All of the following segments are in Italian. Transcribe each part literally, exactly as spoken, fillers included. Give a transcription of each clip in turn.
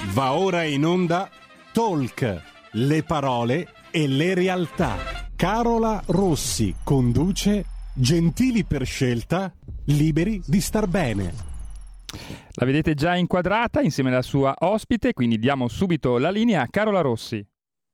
Va ora in onda Talk, le parole e le realtà. Carola Rossi conduce Gentili per scelta, liberi di star bene. La vedete già inquadrata insieme alla sua ospite, quindi diamo subito la linea a Carola Rossi.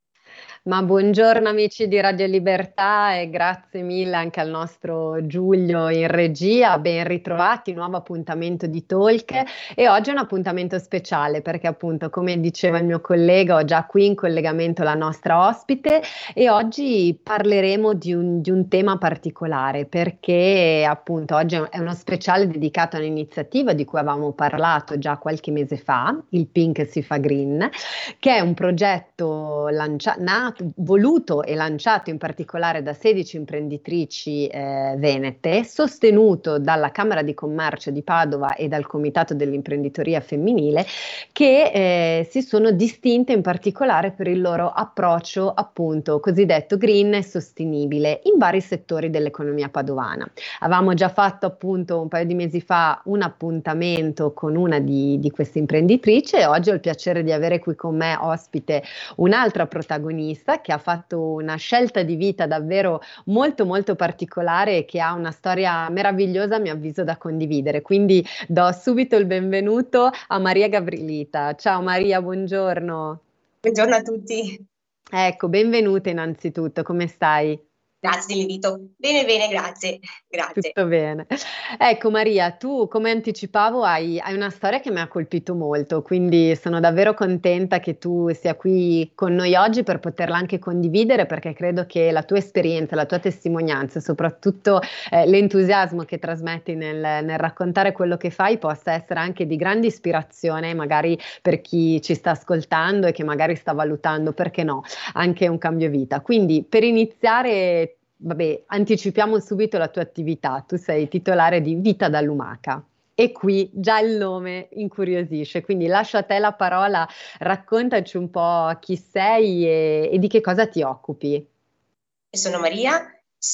Ma buongiorno amici di Radio Libertà e grazie mille anche al nostro Giulio in regia, ben ritrovati, nuovo appuntamento di Talk e oggi è un appuntamento speciale perché appunto come diceva il mio collega ho già qui in collegamento la nostra ospite e oggi parleremo di un, di un tema particolare perché appunto oggi è uno speciale dedicato a un'iniziativa di cui avevamo parlato già qualche mese fa, il Pink si fa Green, che è un progetto lanciato, nato voluto e lanciato in particolare da sedici imprenditrici eh, venete, sostenuto dalla Camera di Commercio di Padova e dal Comitato dell'Imprenditoria Femminile, che eh, si sono distinte in particolare per il loro approccio appunto cosiddetto green e sostenibile in vari settori dell'economia padovana. Avevamo già fatto appunto un paio di mesi fa un appuntamento con una di, di queste imprenditrici e oggi ho il piacere di avere qui con me ospite un'altra protagonista che ha fatto una scelta di vita davvero molto molto particolare e che ha una storia meravigliosa a mio avviso da condividere. Quindi do subito il benvenuto a Maria Gavrilita. Ciao Maria, buongiorno. Buongiorno a tutti. Ecco, benvenuta innanzitutto, come stai? Grazie dell'invito. Bene, bene, grazie. Grazie. Tutto bene. Ecco Maria, tu come anticipavo hai, hai una storia che mi ha colpito molto, quindi sono davvero contenta che tu sia qui con noi oggi per poterla anche condividere perché credo che la tua esperienza, la tua testimonianza, soprattutto eh, l'entusiasmo che trasmetti nel, nel raccontare quello che fai possa essere anche di grande ispirazione magari per chi ci sta ascoltando e che magari sta valutando, perché no, anche un cambio vita. Quindi per iniziare vabbè, anticipiamo subito la tua attività. Tu sei titolare di Vita da Lumaca e qui già il nome incuriosisce, quindi lascio a te la parola, raccontaci un po' chi sei e, e di che cosa ti occupi. Sono Maria,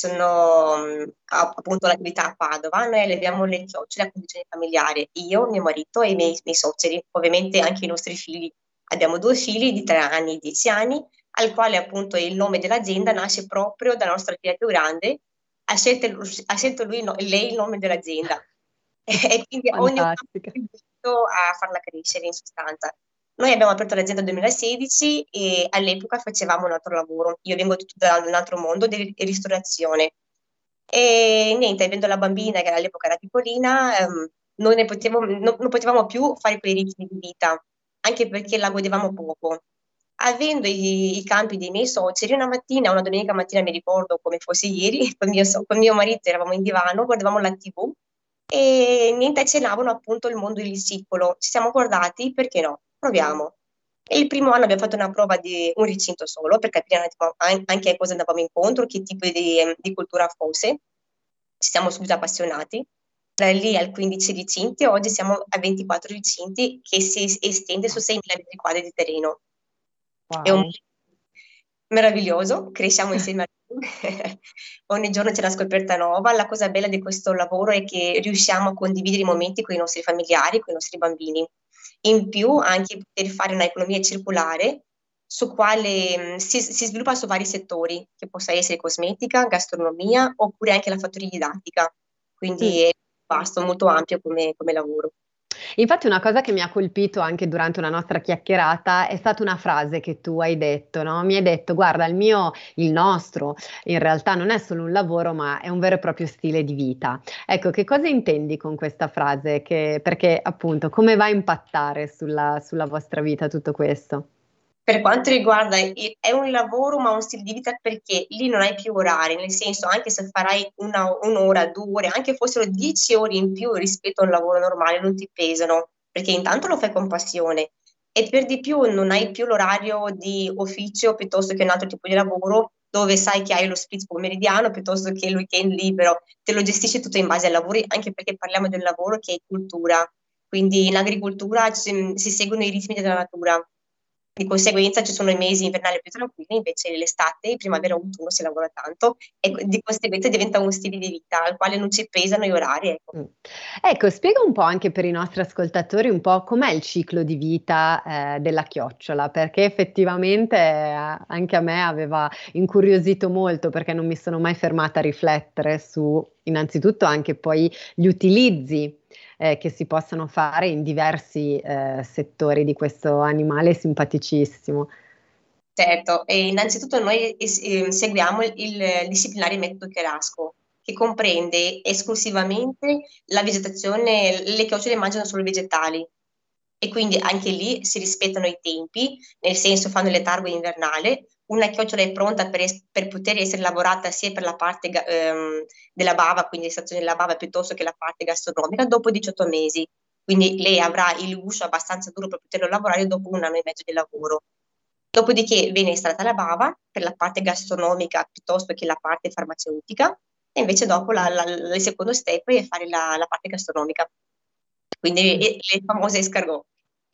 sono mh, appunto l'attività a Padova, noi alleviamo le chiocciole a condizione familiare, io, mio marito e i miei, miei suoceri, ovviamente anche i nostri figli. Abbiamo due figli di tre anni e dieci anni, al quale appunto il nome dell'azienda nasce proprio dalla nostra figlia più grande, ha scelto, ha scelto lui, no, lei il nome dell'azienda e quindi ogni uno ha contribuito a farla crescere in sostanza. Noi abbiamo aperto l'azienda nel duemilasedici e all'epoca facevamo un altro lavoro, io vengo tutto da un altro mondo di ristorazione e niente, avendo la bambina che all'epoca era piccolina, ehm, non, ne potevamo, non, non potevamo più fare quei ritmi di vita, anche perché la godevamo poco. Avendo i, i campi dei miei suoceri, una mattina, una domenica mattina mi ricordo come fosse ieri, con mio, con mio marito eravamo in divano, guardavamo la tivù e niente, accennavano appunto il mondo del circolo. Ci siamo guardati, perché no? Proviamo. E il primo anno abbiamo fatto una prova di un recinto solo per capire anche a cosa andavamo incontro, che tipo di, di cultura fosse. Ci siamo subito appassionati. Da lì al quindici recinti, oggi siamo a ventiquattro recinti che si estende su seimila metri quadri di terreno. Wow. È un meraviglioso, cresciamo insieme a lui, ogni giorno c'è una scoperta nuova. La cosa bella di questo lavoro è che riusciamo a condividere i momenti con i nostri familiari, con i nostri bambini. In più anche poter fare un'economia circolare su quale mh, si, si sviluppa su vari settori, che possa essere cosmetica, gastronomia oppure anche la fattoria didattica. Quindi mm. è vasto, molto ampio come, come lavoro. Infatti una cosa che mi ha colpito anche durante una nostra chiacchierata è stata una frase che tu hai detto, no? Mi hai detto, guarda, il mio, il nostro, in realtà non è solo un lavoro, ma è un vero e proprio stile di vita. Ecco, che cosa intendi con questa frase? Che, perché appunto, come va a impattare sulla, sulla vostra vita tutto questo? Per quanto riguarda, è un lavoro ma un stile di vita perché lì non hai più orari, nel senso anche se farai una, un'ora, due ore, anche fossero dieci ore in più rispetto a un lavoro normale, non ti pesano, perché intanto lo fai con passione e per di più non hai più l'orario di ufficio piuttosto che un altro tipo di lavoro dove sai che hai lo split pomeridiano piuttosto che il weekend libero, te lo gestisci tutto in base ai lavori, anche perché parliamo del lavoro che è cultura, quindi in agricoltura ci, si seguono i ritmi della natura. Di conseguenza ci sono i mesi invernali più tranquilli, invece l'estate, primavera, autunno si lavora tanto e di conseguenza diventa uno stile di vita al quale non ci pesano gli orari. Ecco, Mm. Ecco, spiega un po' anche per i nostri ascoltatori un po' com'è il ciclo di vita eh, della chiocciola, perché effettivamente eh, anche a me aveva incuriosito molto perché non mi sono mai fermata a riflettere su innanzitutto anche poi gli utilizzi eh, che si possono fare in diversi eh, settori di questo animale simpaticissimo. certo. E innanzitutto noi es- eh, seguiamo il, il disciplinare metodo Cherasco, che comprende esclusivamente la vegetazione, le chiocciole mangiano solo vegetali. E quindi anche lì si rispettano i tempi, nel senso fanno il letargo invernale, una chiocciola è pronta per, es- per poter essere lavorata sia per la parte ga- ehm, della bava, quindi estrazione della bava, piuttosto che la parte gastronomica, dopo diciotto mesi. Quindi lei avrà il guscio abbastanza duro per poterlo lavorare dopo un anno e mezzo di lavoro. Dopodiché viene estratta la bava per la parte gastronomica piuttosto che la parte farmaceutica, e invece dopo la- la- il secondo step è fare la, la parte gastronomica, quindi Mm. e- le famose escargot.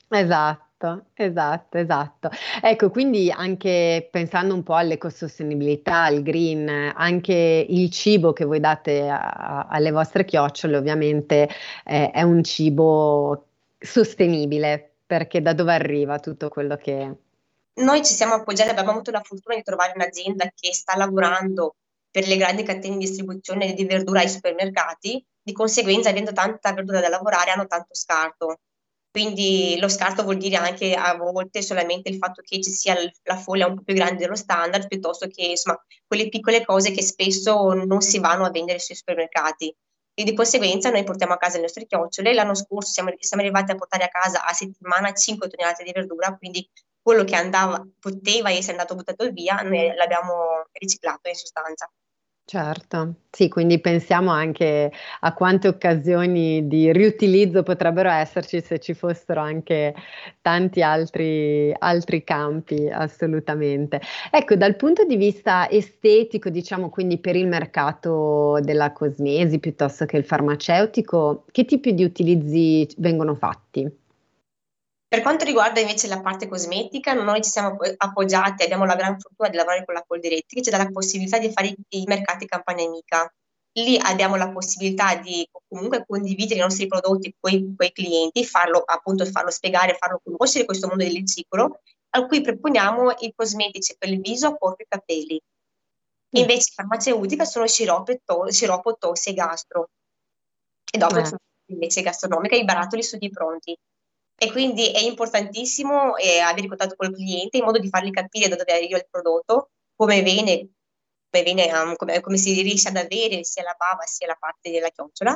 Esatto, esatto, esatto. Ecco, quindi anche pensando un po' all'ecosostenibilità, al green, eh, anche il cibo che voi date a- alle vostre chiocciole, ovviamente, eh, è un cibo sostenibile, perché da dove arriva tutto quello che... Noi ci siamo appoggiati, abbiamo avuto la fortuna di trovare un'azienda che sta lavorando per le grandi catene di distribuzione di verdura ai supermercati, di conseguenza, avendo tanta verdura da lavorare, hanno tanto scarto. Quindi lo scarto vuol dire anche a volte solamente il fatto che ci sia l- la foglia un po' più grande dello standard, piuttosto che insomma quelle piccole cose che spesso non si vanno a vendere sui supermercati. E di conseguenza noi portiamo a casa le nostre chiocciole. L'anno scorso siamo, siamo arrivati a portare a casa a settimana cinque tonnellate di verdura, quindi quello che andava, poteva essere andato buttato via, noi l'abbiamo riciclato in sostanza. Certo, sì, quindi pensiamo anche a quante occasioni di riutilizzo potrebbero esserci se ci fossero anche tanti altri, altri campi, assolutamente. Ecco, dal punto di vista estetico, diciamo quindi per il mercato della cosmesi piuttosto che il farmaceutico, che tipi di utilizzi vengono fatti? Per quanto riguarda invece la parte cosmetica, noi ci siamo appo- appoggiati, abbiamo la gran fortuna di lavorare con la Coldiretti, che ci dà la possibilità di fare i, i mercati campagna amica. Lì abbiamo la possibilità di comunque condividere i nostri prodotti con i clienti, farlo appunto, farlo spiegare, farlo conoscere questo mondo del ciclo, a cui proponiamo i cosmetici per il viso, corpo e capelli. Mm, Invece farmaceutica sono sciroppo, to- sciroppo, tosse e gastro. E dopo eh, c'è invece gastronomica, i barattoli sono di pronti. E quindi è importantissimo eh, avere contatto col cliente in modo di fargli capire da dove arriva il prodotto, come viene, come, viene, um, come, come si riesce ad avere sia la bava sia la parte della chiocciola.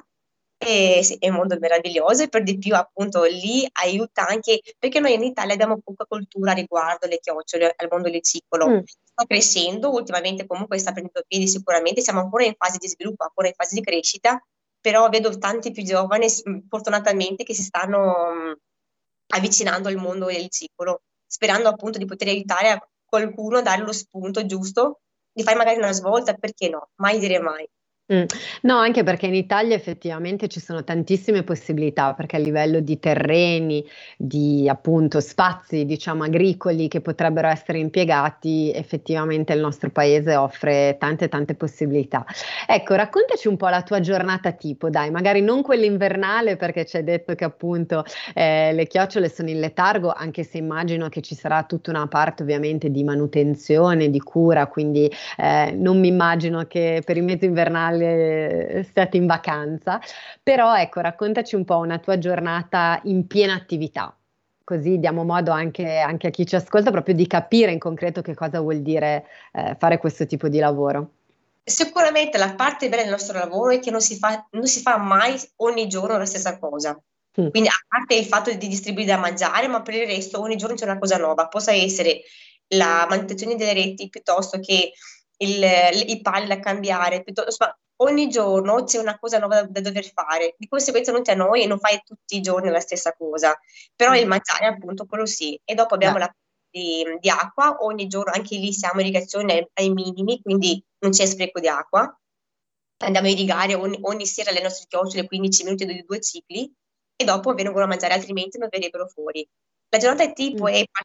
E sì, è un mondo meraviglioso e per di più appunto lì aiuta anche, perché noi in Italia abbiamo poca cultura riguardo le chiocciole, al mondo licicolo. mm. Sta crescendo, ultimamente comunque sta prendendo piedi sicuramente, siamo ancora in fase di sviluppo, ancora in fase di crescita, però vedo tanti più giovani, s- fortunatamente, che si stanno mh, avvicinando al mondo del circolo, sperando appunto di poter aiutare a qualcuno a dare lo spunto giusto, di fare magari una svolta, perché no? Mai dire mai. Mm. No, anche perché in Italia effettivamente ci sono tantissime possibilità, perché a livello di terreni, di appunto spazi, diciamo, agricoli che potrebbero essere impiegati, effettivamente il nostro paese offre tante tante possibilità. Ecco, raccontaci un po' la tua giornata tipo, dai, magari non quella invernale, perché ci hai detto che appunto eh, le chiocciole sono in letargo, anche se immagino che ci sarà tutta una parte ovviamente di manutenzione, di cura, quindi eh, non mi immagino che per il mese invernale eh, stiate in vacanza, però ecco, raccontaci un po' una tua giornata in piena attività, così diamo modo anche, anche a chi ci ascolta proprio di capire in concreto che cosa vuol dire eh, fare questo tipo di lavoro. Sicuramente la parte bella del nostro lavoro è che non si fa, non si fa mai ogni giorno la stessa cosa. Mm. Quindi, a parte il fatto di distribuire da mangiare, ma per il resto ogni giorno c'è una cosa nuova. Possa essere la manutenzione delle reti piuttosto che il- i pali da cambiare, piuttosto, insomma, ogni giorno c'è una cosa nuova da, da dover fare. Di conseguenza non c'è noi e non fai tutti i giorni la stessa cosa. Però il mangiare, appunto, quello sì. E dopo abbiamo Beh. la di, di acqua, ogni giorno anche lì siamo in irrigazione ai, ai minimi, quindi non c'è spreco di acqua. Andiamo a irrigare ogni, ogni sera le nostre chiocciole quindici minuti di due cicli e dopo vengono a mangiare, altrimenti non verrebbero fuori. La giornata tipo Mm. è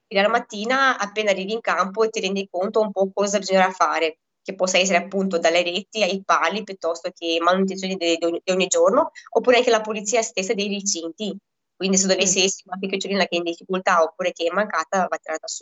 E la mattina appena arrivi in campo ti rendi conto un po' cosa bisognerà fare, che possa essere appunto dalle reti ai pali piuttosto che manutenzione di, di ogni, di ogni giorno, oppure anche la pulizia stessa dei recinti. Quindi se Mm, dovesse essere qualche cucciolina che è in difficoltà oppure che è mancata, va tirata su.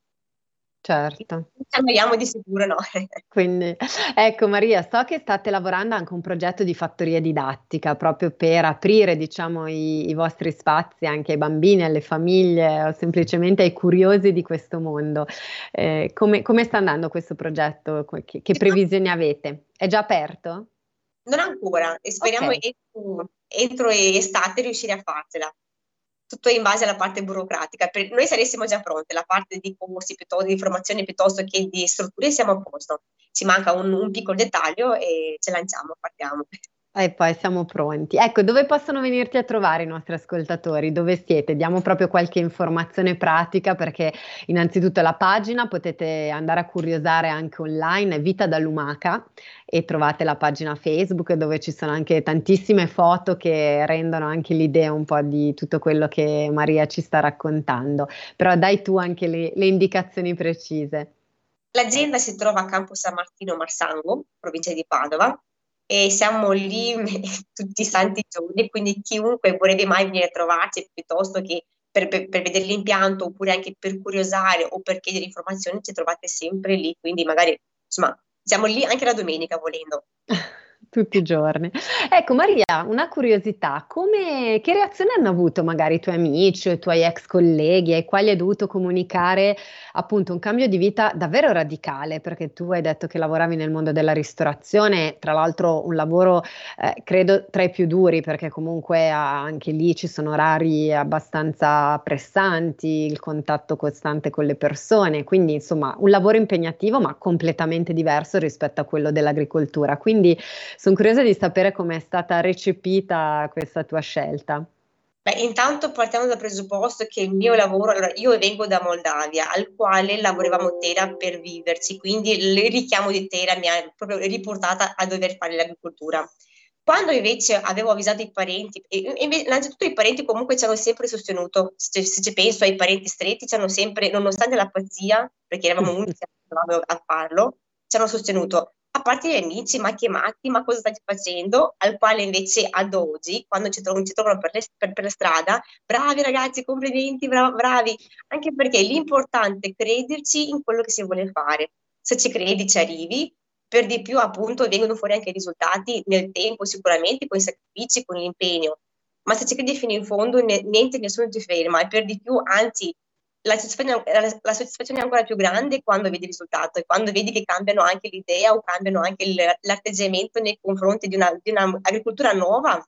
certo. Ci annoiamo di sicuro, no? Quindi, ecco Maria, so che state lavorando anche a un progetto di fattoria didattica proprio per aprire, diciamo, i, i vostri spazi anche ai bambini, alle famiglie o semplicemente ai curiosi di questo mondo. Eh, come, come sta andando questo progetto? Che, che previsioni avete? È già aperto? Non ancora, e speriamo Ok. entro, entro estate riuscire a farcela. Tutto in base alla parte burocratica. Per noi saressimo già pronte, la parte di corsi, piuttosto di formazione, piuttosto che di strutture, siamo a posto. Ci manca un, un piccolo dettaglio e ce lanciamo, partiamo. E poi siamo pronti. Ecco, dove possono venirti a trovare i nostri ascoltatori? Dove siete? Diamo proprio qualche informazione pratica perché innanzitutto la pagina potete andare a curiosare anche online, è Vita da Lumaca e trovate la pagina Facebook dove ci sono anche tantissime foto che rendono anche l'idea un po' di tutto quello che Maria ci sta raccontando. Però dai tu anche le, le indicazioni precise. L'azienda si trova a Campo San Martino Marsango, provincia di Padova, e siamo lì tutti i santi giorni, quindi chiunque vorrebbe mai venire a trovarci, piuttosto che per, per- per vedere l'impianto, oppure anche per curiosare o per chiedere informazioni, ci trovate sempre lì, quindi magari, insomma, siamo lì anche la domenica volendo. Tutti i giorni. Ecco Maria, una curiosità, come, che reazione hanno avuto magari i tuoi amici o i tuoi ex colleghi ai quali hai dovuto comunicare appunto un cambio di vita davvero radicale, perché tu hai detto che lavoravi nel mondo della ristorazione, tra l'altro un lavoro eh, credo tra i più duri, perché comunque ah, anche lì ci sono orari abbastanza pressanti, il contatto costante con le persone, quindi insomma un lavoro impegnativo ma completamente diverso rispetto a quello dell'agricoltura. Quindi sono curiosa di sapere come è stata recepita questa tua scelta. Beh, intanto partiamo dal presupposto che il mio lavoro, allora io vengo da Moldavia, al quale lavoravamo tela per viverci, quindi il richiamo di tela mi ha proprio riportata a dover fare l'agricoltura. Quando invece avevo avvisato i parenti, e, e inve- innanzitutto i parenti comunque ci hanno sempre sostenuto, se, se ci penso ai parenti stretti, ci hanno sempre, nonostante la pazzia, perché eravamo unici a farlo, ci hanno sostenuto. A parte gli amici, ma che matti, ma cosa stai facendo? Al quale invece ad oggi, quando ci, trovano, ci trovano per, le, per, per la strada, bravi ragazzi, complimenti, bra- bravi, anche perché l'importante è crederci in quello che si vuole fare. Se ci credi ci arrivi, per di più appunto vengono fuori anche i risultati nel tempo, sicuramente con i sacrifici, con l'impegno, ma se ci credi fino in fondo ne- niente, nessuno ti ferma e per di più, anzi, la soddisfazione, la- la soddisfazione è ancora più grande quando vedi il risultato e quando vedi che cambiano anche l'idea o cambiano anche il- l'atteggiamento nei confronti di una, di un'agricoltura nuova.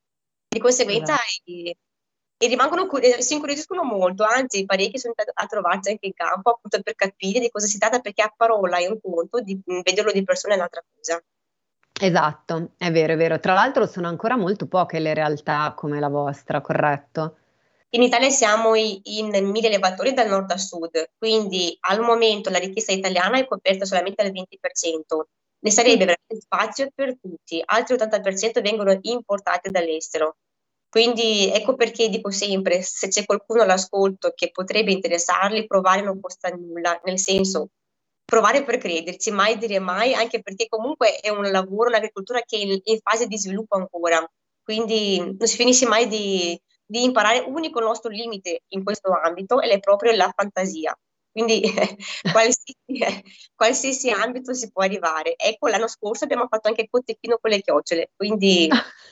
Di conseguenza Esatto. eh, e rimangono, cu- eh, si incuriosiscono molto, anzi parecchi sono andati a trovarci anche in campo appunto per capire di cosa si tratta, perché a parola è un conto, di, vederlo di persona è un'altra cosa. Esatto, è vero, è vero. Tra l'altro sono ancora molto poche le realtà come la vostra, corretto? In Italia siamo i- in mille allevatori dal nord a sud, quindi al momento la richiesta italiana è coperta solamente al venti per cento. Ne sarebbe Mm. veramente spazio per tutti, altri ottanta per cento vengono importate dall'estero. Quindi ecco perché dico sempre, se c'è qualcuno all'ascolto che potrebbe interessarli, provare non costa nulla, nel senso provare per crederci, mai dire mai, anche perché comunque è un lavoro, un'agricoltura che è in, in fase di sviluppo ancora, quindi non si finisce mai di, di imparare. Unico nostro limite in questo ambito è proprio la fantasia, quindi qualsiasi, qualsiasi ambito si può arrivare. Ecco, l'anno scorso abbiamo fatto anche il cotechino con le chiocciole, quindi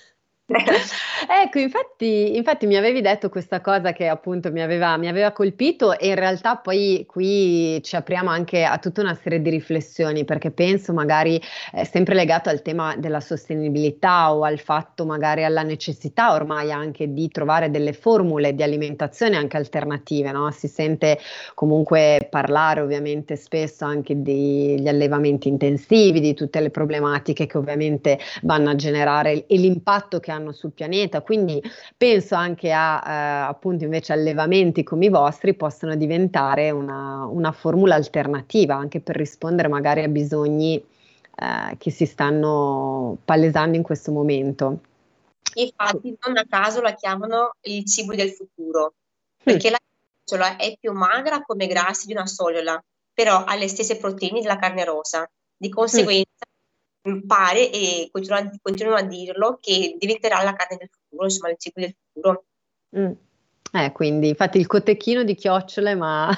Ecco, infatti, infatti mi avevi detto questa cosa che appunto mi aveva, mi aveva colpito e in realtà poi qui ci apriamo anche a tutta una serie di riflessioni perché penso magari eh, sempre legato al tema della sostenibilità o al fatto magari alla necessità ormai anche di trovare delle formule di alimentazione anche alternative, no? Si sente comunque parlare ovviamente spesso anche degli allevamenti intensivi, di tutte le problematiche che ovviamente vanno a generare e l'impatto che hanno sul pianeta. Quindi penso anche a eh, appunto invece allevamenti come i vostri possono diventare una, una formula alternativa anche per rispondere magari a bisogni eh, che si stanno palesando in questo momento. infatti non a caso la chiamano il cibo del futuro, Mm, perché la chiocciola è più magra come i grassi di una sogliola, però ha le stesse proteine della carne rossa. Di Mm. conseguenza mh, pare, e continuano, continuano a dirlo, che diventerà la carne del futuro, insomma, il cibo del futuro. Mm. Eh, quindi infatti il cotechino di chiocciole mi ha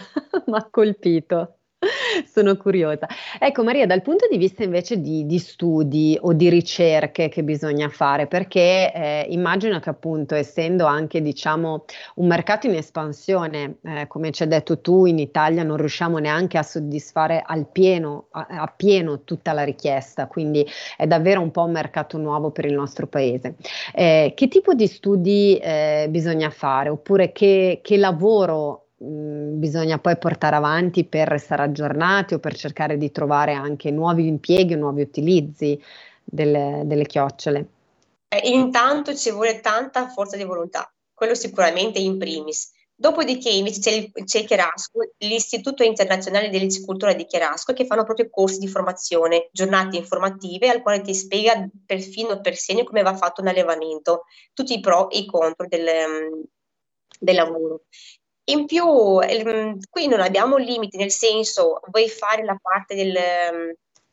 colpito. Sono curiosa. Ecco Maria, dal punto di vista invece di, di studi o di ricerche che bisogna fare, perché eh, immagino che appunto essendo anche diciamo un mercato in espansione, eh, come ci hai detto tu, in Italia non riusciamo neanche a soddisfare al pieno, a, a pieno tutta la richiesta, quindi è davvero un po' un mercato nuovo per il nostro paese. Eh, che tipo di studi eh, bisogna fare oppure che, che lavoro mh, bisogna poi portare avanti per restare aggiornati o per cercare di trovare anche nuovi impieghi o nuovi utilizzi delle, delle chiocciole? Eh, intanto ci vuole tanta forza di volontà, quello sicuramente in primis. Dopodiché invece c'è il, c'è il Cherasco, l'Istituto Internazionale dell'Icicultura di Cherasco, che fanno proprio corsi di formazione, giornate informative, al quale ti spiega per filo per segno come va fatto un allevamento, tutti i pro e i contro del, mm, del lavoro. In più, ehm, qui non abbiamo limiti, nel senso, vuoi fare la parte del, ehm,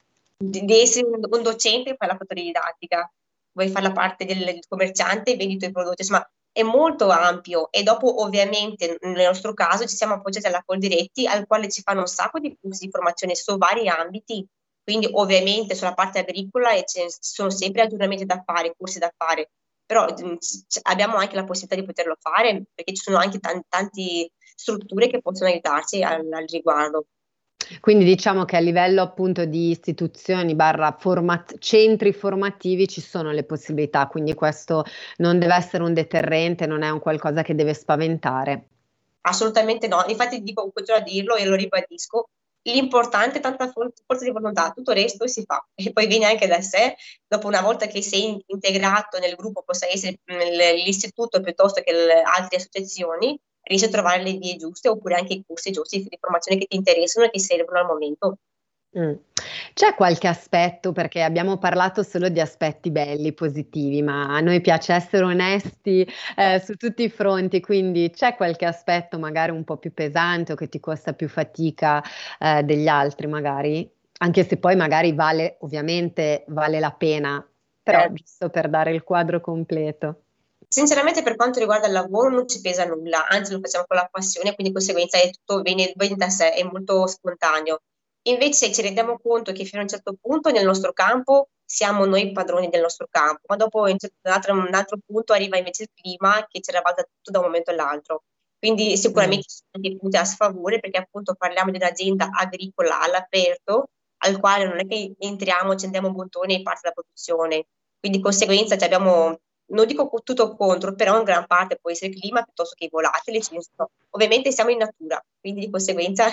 di, di essere un, un docente, fai la fotodidattica, vuoi fare la parte del, del commerciante, vendi i tuoi prodotti, insomma, è molto ampio e dopo ovviamente nel nostro caso ci siamo appoggiati alla Coldiretti al quale ci fanno un sacco di corsi di formazione su vari ambiti, quindi ovviamente sulla parte agricola e ci sono sempre aggiornamenti da fare, corsi da fare, però mh, c- abbiamo anche la possibilità di poterlo fare perché ci sono anche tan- tante strutture che possono aiutarci al, al riguardo. Quindi diciamo che a livello appunto di istituzioni barra format- centri formativi ci sono le possibilità, quindi questo non deve essere un deterrente, non è un qualcosa che deve spaventare. Assolutamente no, infatti dico, continuo a dirlo e lo ribadisco, l'importante è tanta for- forza di volontà, tutto il resto si fa e poi viene anche da sé, dopo una volta che sei in- integrato nel gruppo, possa essere nel- l'istituto piuttosto che le altre associazioni, riesci a trovare le vie giuste oppure anche i corsi giusti di formazione che ti interessano e che servono al momento. Mm. C'è qualche aspetto, perché abbiamo parlato solo di aspetti belli, positivi, ma a noi piace essere onesti eh, su tutti i fronti, quindi c'è qualche aspetto magari un po' più pesante o che ti costa più fatica eh, degli altri, magari? Anche se poi magari vale, ovviamente vale la pena, però Eh, giusto per dare il quadro completo. Sinceramente, per quanto riguarda il lavoro, non ci pesa nulla, anzi lo facciamo con la passione, quindi di conseguenza è tutto viene, viene da sé, è molto spontaneo. Invece ci rendiamo conto che fino a un certo punto nel nostro campo siamo noi padroni del nostro campo, ma dopo in un certo- un altro, un altro punto arriva invece il clima che ci ribalta tutto da un momento all'altro. Quindi Mm. sicuramente ci sono dei punti a sfavore perché appunto parliamo di un'azienda agricola all'aperto al quale non è che entriamo, accendiamo un bottone e parte la produzione. Quindi di conseguenza ci abbiamo non dico co- tutto contro, però in gran parte può essere il clima piuttosto che i volatili. ce ne sono. Ovviamente siamo in natura, quindi di conseguenza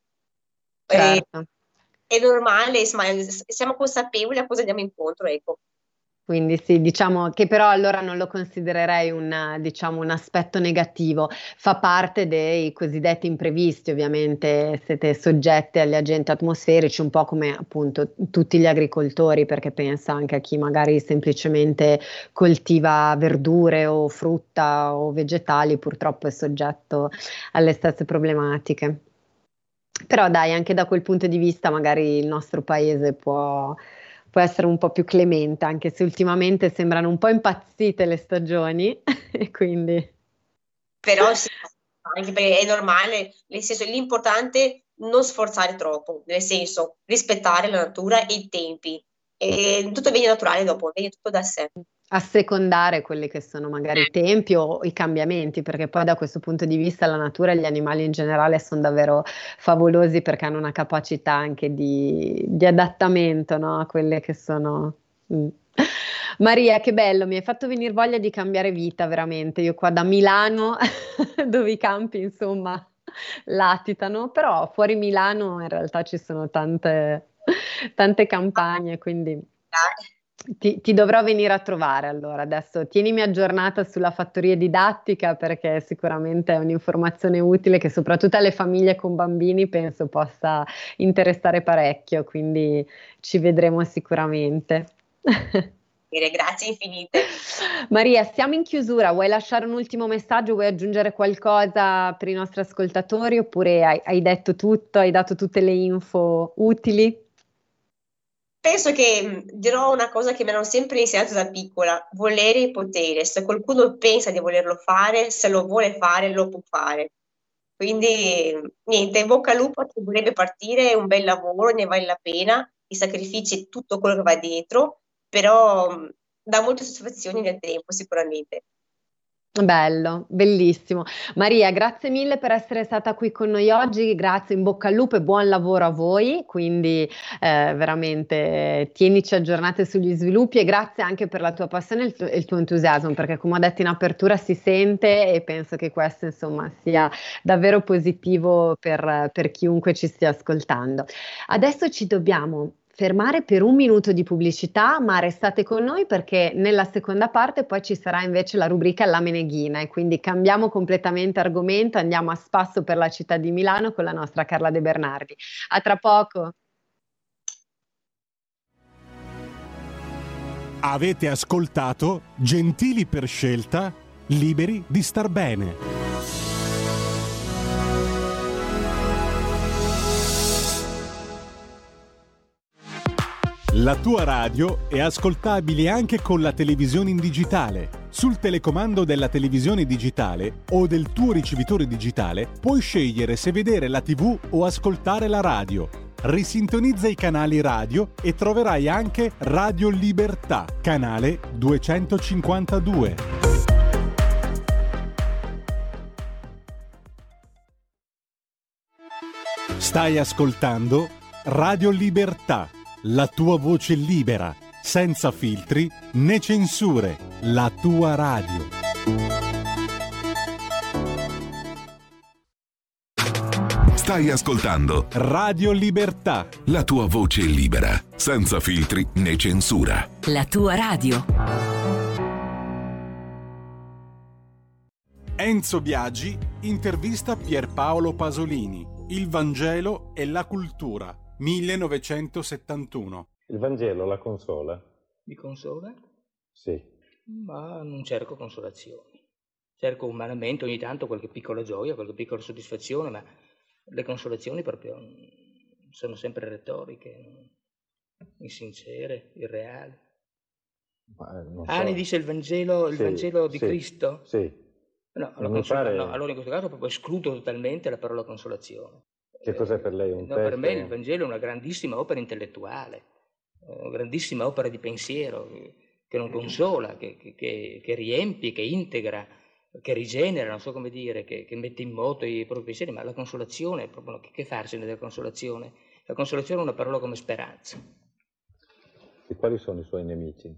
è, Certo. è normale, insomma, siamo consapevoli a cosa andiamo incontro, ecco. Quindi sì, diciamo che però allora non lo considererei un, diciamo, un aspetto negativo, fa parte dei cosiddetti imprevisti, ovviamente siete soggetti agli agenti atmosferici, un po' come appunto tutti gli agricoltori, perché pensa anche a chi magari semplicemente coltiva verdure o frutta o vegetali, purtroppo è soggetto alle stesse problematiche. Però dai, anche da quel punto di vista magari il nostro paese può, può essere un po' più clemente, anche se ultimamente sembrano un po' impazzite le stagioni, e quindi Però sì, anche perché è normale, nel senso, l'importante è non sforzare troppo, nel senso, rispettare la natura e i tempi. E tutto viene naturale dopo, viene tutto da sé. assecondare quelli che sono magari i tempi o i cambiamenti, perché poi da questo punto di vista la natura e gli animali in generale sono davvero favolosi perché hanno una capacità anche di, di adattamento, no, a quelle che sono. Mm. Maria, che bello, mi hai fatto venire voglia di cambiare vita, veramente. Io qua da Milano, dove i campi, insomma, latitano, però fuori Milano in realtà ci sono tante, tante campagne, quindi ti, ti dovrò venire a trovare allora. Adesso tienimi aggiornata sulla fattoria didattica perché sicuramente è un'informazione utile che soprattutto alle famiglie con bambini penso possa interessare parecchio, quindi ci vedremo sicuramente. Grazie infinite. Maria, siamo in chiusura, vuoi lasciare un ultimo messaggio, vuoi aggiungere qualcosa per i nostri ascoltatori oppure hai, hai detto tutto, hai dato tutte le info utili? Penso che dirò una cosa che mi hanno sempre insegnato da piccola: volere e potere. Se qualcuno pensa di volerlo fare, se lo vuole fare, lo può fare. Quindi niente, in bocca al lupo a chi vorrebbe partire, è un bel lavoro, ne vale la pena, i sacrifici e tutto quello che va dietro, però dà molte soddisfazioni nel tempo sicuramente. Bello, bellissimo. Maria, grazie mille per essere stata qui con noi oggi, grazie, in bocca al lupo e buon lavoro a voi, quindi eh, veramente tienici aggiornate sugli sviluppi e grazie anche per la tua passione e il tuo, il tuo entusiasmo, perché come ho detto in apertura si sente e penso che questo insomma sia davvero positivo per, per chiunque ci stia ascoltando. Adesso ci dobbiamo fermare per un minuto di pubblicità, ma restate con noi perché nella seconda parte poi ci sarà invece la rubrica La Meneghina e quindi cambiamo completamente argomento, andiamo a spasso per la città di Milano con la nostra Carla De Bernardi. A tra poco. Avete ascoltato Gentili per scelta, liberi di star bene. La tua radio è ascoltabile anche con la televisione in digitale. Sul telecomando della televisione digitale o del tuo ricevitore digitale puoi scegliere se vedere la tivù o ascoltare la radio. Risintonizza i canali radio e troverai anche Radio Libertà, canale duecentocinquantadue. Stai ascoltando Radio Libertà. La tua voce libera, senza filtri né censure, la tua radio. Stai ascoltando Radio Libertà. La tua voce libera, senza filtri né censura. La tua radio. Enzo Biagi intervista Pierpaolo Pasolini. Il Vangelo e la cultura. millenovecentosettantuno. Il Vangelo la consola? Mi consola? Sì. Ma non cerco consolazioni. Cerco umanamente ogni tanto qualche piccola gioia, qualche piccola soddisfazione, ma le consolazioni proprio sono sempre retoriche, insincere, irreali. Ma non so. Ah, ne dice il Vangelo, il Sì, Vangelo di sì, Cristo? Sì. No, Non la mi consola- pare- no, allora in questo caso proprio escludo totalmente la parola consolazione. Che cos'è per lei un No, testo? per me il Vangelo è una grandissima opera intellettuale, eh, una grandissima opera di pensiero che, che non consola, che, che- che- che riempie, che integra, che rigenera, non so come dire, che, che mette in moto i propri pensieri, ma la consolazione, è proprio, che, che farsene della consolazione? La consolazione è una parola come speranza, E quali sono i suoi nemici?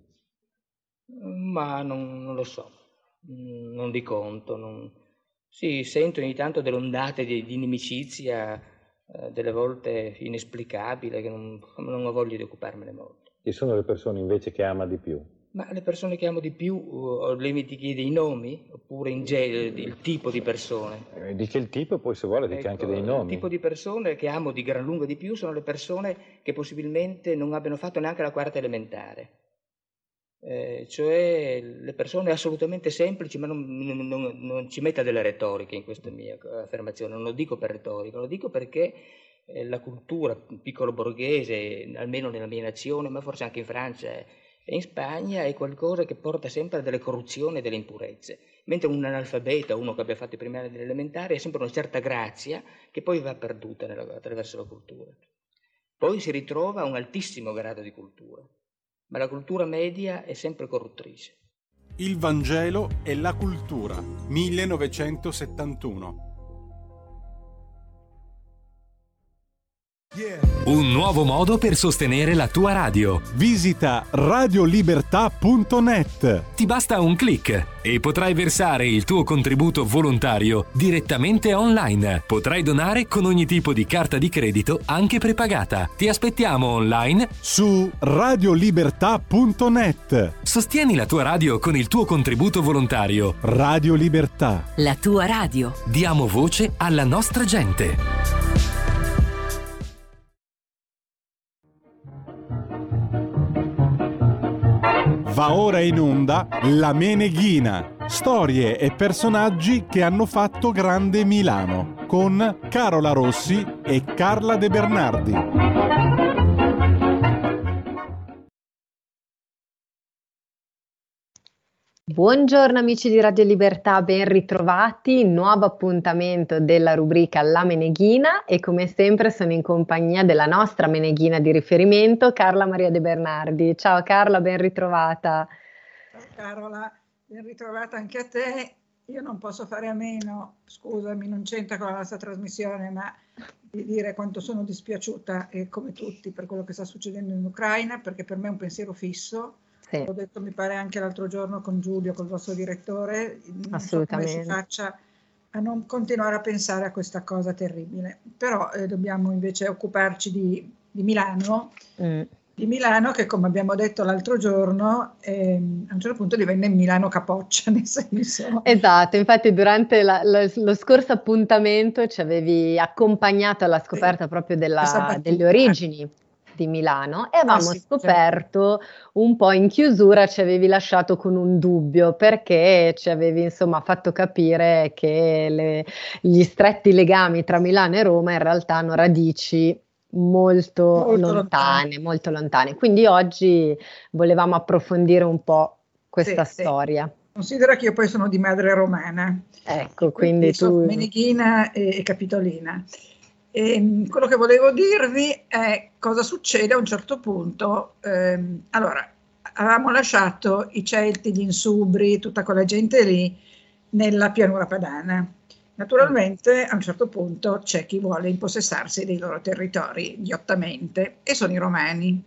ma non, non lo so, Mm, non di conto. Non... Sì, sento ogni tanto delle ondate di, di inimicizia, eh, delle volte inesplicabile, che non, non ho voglia di occuparmene molto. Chi sono le persone invece che ama di più? Ma le persone che amo di più, uh, lei mi chiede i nomi, oppure in genere il tipo di persone? Eh, dica il tipo e poi se vuole dica Ecco, anche dei nomi. Il tipo di persone che amo di gran lunga di più sono le persone che possibilmente non abbiano fatto neanche la quarta elementare. Eh, cioè le persone assolutamente semplici, ma non, non- non- non ci metta delle retoriche in questa mia affermazione, non lo dico per retorica, lo dico perché eh, la cultura piccolo borghese, almeno nella mia nazione, ma forse anche in Francia e in Spagna, è qualcosa che porta sempre a delle corruzioni e delle impurezze, mentre un analfabeta, uno che abbia fatto i primi anni dell'elementare, ha sempre una certa grazia che poi va perduta nella- attraverso la cultura. Poi si ritrova a un altissimo grado di cultura, ma la cultura media è sempre corruttrice. Il Vangelo e la cultura, millenovecentosettantuno. Un nuovo modo per sostenere la tua radio. Visita radiolibertà punto net. Ti basta un click e potrai versare il tuo contributo volontario direttamente online. Potrai donare con ogni tipo di carta di credito, anche prepagata. Ti aspettiamo online su radiolibertà punto net. Sostieni la tua radio con il tuo contributo volontario. Radio Libertà. La tua radio. Diamo voce alla nostra gente. Va ora in onda La Meneghina, storie e personaggi che hanno fatto grande Milano, con Carola Rossi e Carla De Bernardi. Buongiorno amici di Radio Libertà, ben ritrovati, nuovo appuntamento della rubrica La Meneghina e come sempre sono in compagnia della nostra meneghina di riferimento, Carla Maria De Bernardi. Ciao Carla, ben ritrovata. Ciao Carola, ben ritrovata anche a te. Io non posso fare a meno, scusami, non c'entra con la nostra trasmissione, ma di dire quanto sono dispiaciuta, e come tutti, per quello che sta succedendo in Ucraina, perché per me è un pensiero fisso. Sì. L'ho detto mi pare anche l'altro giorno con Giulio, col vostro direttore, non so come si faccia a non continuare a pensare a questa cosa terribile. Però eh, dobbiamo invece occuparci di, di Milano, mm. di Milano che come abbiamo detto l'altro giorno ehm, a un certo punto divenne Milano capoccia, nel senso. Esatto, infatti durante la, la, lo scorso appuntamento ci avevi accompagnato alla scoperta sì. proprio della, delle origini di Milano e avevamo ah, sì, scoperto certo. un po' in chiusura, ci avevi lasciato con un dubbio perché ci avevi insomma fatto capire che le, gli stretti legami tra Milano e Roma in realtà hanno radici molto, molto lontane, lontane, molto lontane. Quindi oggi volevamo approfondire un po' questa sì, storia. Sì. Considera che io poi sono di madre romana. Ecco, quindi, quindi tu... sono meneghina e, e capitolina. E quello che volevo dirvi è cosa succede a un certo punto. Ehm, allora, avevamo lasciato i Celti, gli Insubri, tutta quella gente lì nella pianura padana. Naturalmente a un certo punto c'è chi vuole impossessarsi dei loro territori ghiottamente e sono i Romani.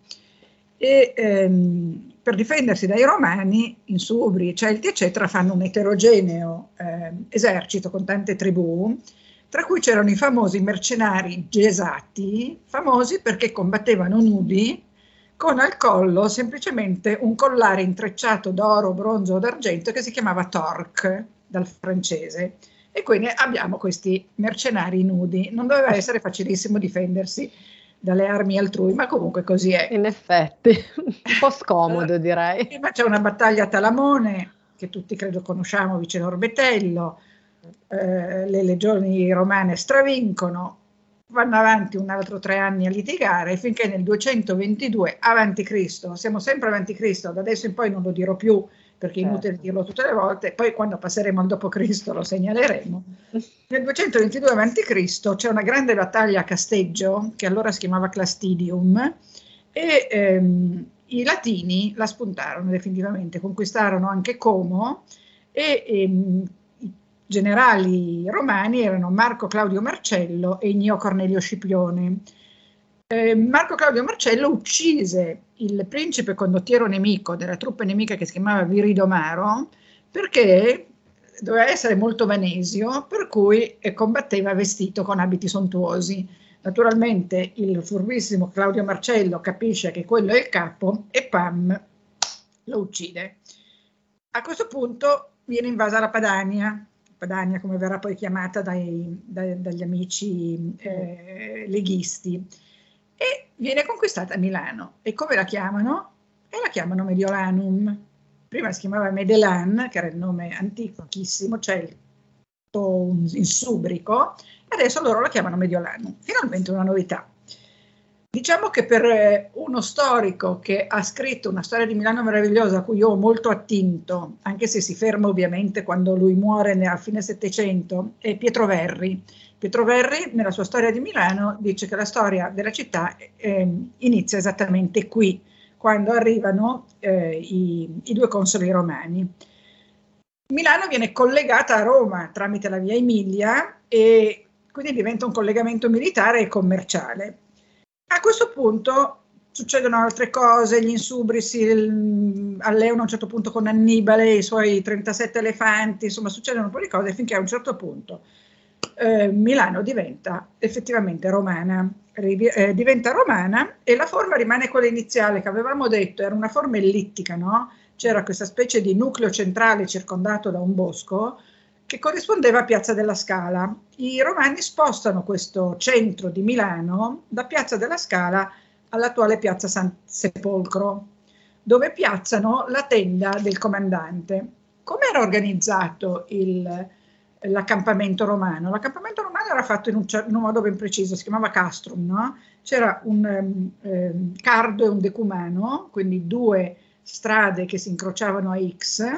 E ehm, per difendersi dai Romani, Insubri, Celti eccetera fanno un eterogeneo eh, esercito con tante tribù, tra cui c'erano i famosi mercenari gesati, famosi perché combattevano nudi, con al collo semplicemente un collare intrecciato d'oro, bronzo o d'argento che si chiamava torque, dal francese. E quindi abbiamo questi mercenari nudi. Non doveva essere facilissimo difendersi dalle armi altrui, ma comunque così è. In effetti, un po' scomodo direi. Prima c'è una battaglia a Talamone, che tutti credo conosciamo, vicino Orbetello. Eh, le legioni romane stravincono, vanno avanti un altro tre anni a litigare finché nel duecentoventidue avanti Cristo, siamo sempre avanti Cristo, da adesso in poi non lo dirò più perché è inutile dirlo tutte le volte, poi quando passeremo al dopo Cristo lo segnaleremo. Nel duecentoventidue avanti Cristo c'è una grande battaglia a Casteggio che allora si chiamava Clastidium e ehm, i latini la spuntarono definitivamente, conquistarono anche Como e ehm, generali romani erano Marco Claudio Marcello e Igneo Cornelio Scipione. Eh, Marco Claudio Marcello uccise il principe condottiero nemico della truppa nemica che si chiamava Viridomaro perché doveva essere molto vanesio, per cui eh, combatteva vestito con abiti sontuosi. Naturalmente il furbissimo Claudio Marcello capisce che quello è il capo e pam, lo uccide. A questo punto viene invasa la Padania, Padania come verrà poi chiamata dai, dai, dagli amici eh, leghisti, e viene conquistata Milano. E come la chiamano? E la chiamano Mediolanum. Prima si chiamava Medelan, che era il nome antichissimo, celto, insubrico, e adesso loro la chiamano Mediolanum. Finalmente una novità. Diciamo che per uno storico che ha scritto una storia di Milano meravigliosa a cui io ho molto attinto, anche se si ferma ovviamente quando lui muore a fine Settecento, è Pietro Verri. Pietro Verri nella sua storia di Milano dice che la storia della città eh, inizia esattamente qui, quando arrivano eh, i, i due consoli romani. Milano viene collegata a Roma tramite la via Emilia e quindi diventa un collegamento militare e commerciale. A questo punto succedono altre cose, gli Insubri si alleano a un certo punto con Annibale, i suoi trentasette elefanti, insomma succedono un po' di cose finché a un certo punto eh, Milano diventa effettivamente romana, eh, diventa romana e la forma rimane quella iniziale che avevamo detto, era una forma ellittica, no? C'era questa specie di nucleo centrale circondato da un bosco che corrispondeva a Piazza della Scala. I romani spostano questo centro di Milano da Piazza della Scala all'attuale Piazza San Sepolcro. dove piazzano la tenda del comandante. Come era organizzato il, l'accampamento romano? L'accampamento romano era fatto in un, in un modo ben preciso, si chiamava castrum, no? C'era un um, um, cardo e un decumano, quindi due strade che si incrociavano a X,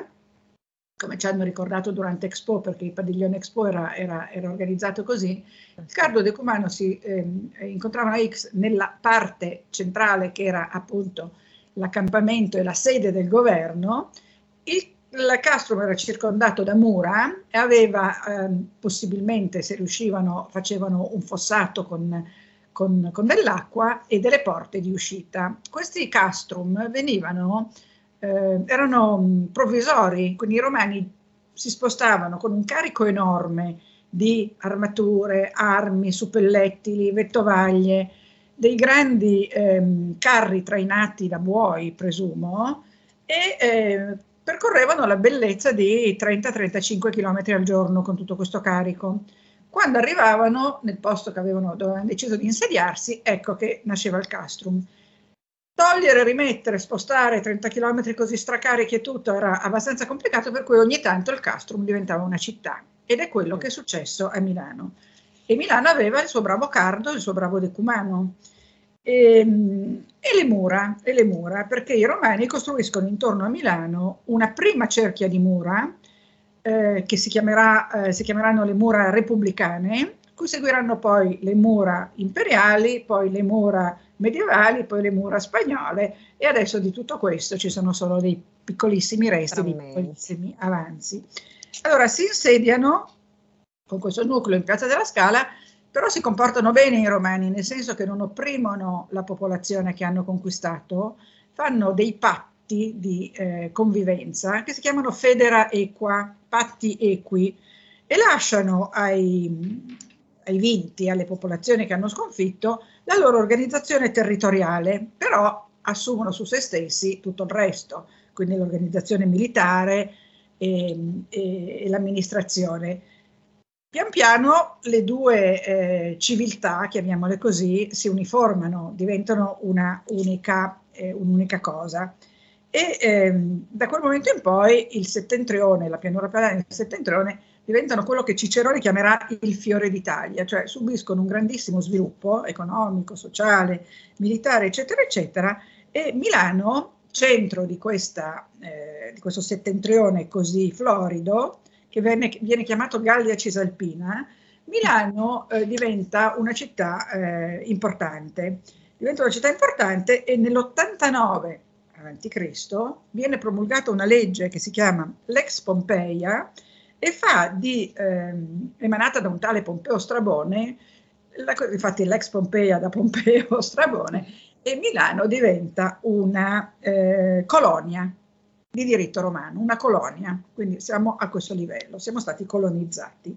come ci hanno ricordato durante Expo, perché il padiglione Expo era, era, era organizzato così. Il cardo e il decumano si ehm, incontravano a X nella parte centrale, che era appunto l'accampamento e la sede del governo. Il Il castrum era circondato da mura e aveva ehm, possibilmente, se riuscivano, facevano un fossato con, con, con dell'acqua e delle porte di uscita. Questi castrum venivano, eh, erano provvisori, quindi i romani si spostavano con un carico enorme di armature, armi, suppellettili, vettovaglie, dei grandi ehm, carri trainati da buoi, presumo, e eh, percorrevano la bellezza di trenta trentacinque chilometri al giorno con tutto questo carico. Quando arrivavano nel posto che avevano, dove avevano deciso di insediarsi, ecco che nasceva il castrum. Togliere, rimettere, spostare trenta chilometri così stracarichi e tutto era abbastanza complicato, per cui ogni tanto il castrum diventava una città, ed è quello che è successo a Milano. E Milano aveva il suo bravo cardo, il suo bravo decumano. E, e, le mura, e le mura, perché i romani costruiscono intorno a Milano una prima cerchia di mura eh, che si, chiamerà, eh, si chiameranno le mura repubblicane, cui seguiranno poi le mura imperiali, poi le mura medievali, poi le mura spagnole, e adesso di tutto questo ci sono solo dei piccolissimi resti, dei piccolissimi avanzi. Allora si insediano con questo nucleo in Piazza della Scala, però si comportano bene i romani, nel senso che non opprimono la popolazione che hanno conquistato, fanno dei patti di eh, convivenza che si chiamano federa equa, patti equi, e lasciano ai, ai vinti, alle popolazioni che hanno sconfitto, la loro organizzazione territoriale, però assumono su se stessi tutto il resto, quindi l'organizzazione militare e, e, e l'amministrazione. Pian piano le due eh, civiltà, chiamiamole così, si uniformano, diventano una unica, eh, un'unica cosa. E ehm, da quel momento in poi il settentrione, la pianura padana e il settentrione diventano quello che Cicerone chiamerà il fiore d'Italia, cioè subiscono un grandissimo sviluppo economico, sociale, militare, eccetera, eccetera, e Milano, centro di, questa, eh, di questo settentrione così florido, che viene, viene chiamato Gallia Cisalpina, Milano eh, diventa una città eh, importante. Diventa una città importante e nell'ottantanove avanti Cristo viene promulgata una legge che si chiama Lex Pompeia e fa di, ehm, emanata da un tale Pompeo Strabone, la, infatti l'ex Pompeia da Pompeo Strabone, e Milano diventa una eh, colonia di diritto romano, una colonia, quindi siamo a questo livello, siamo stati colonizzati.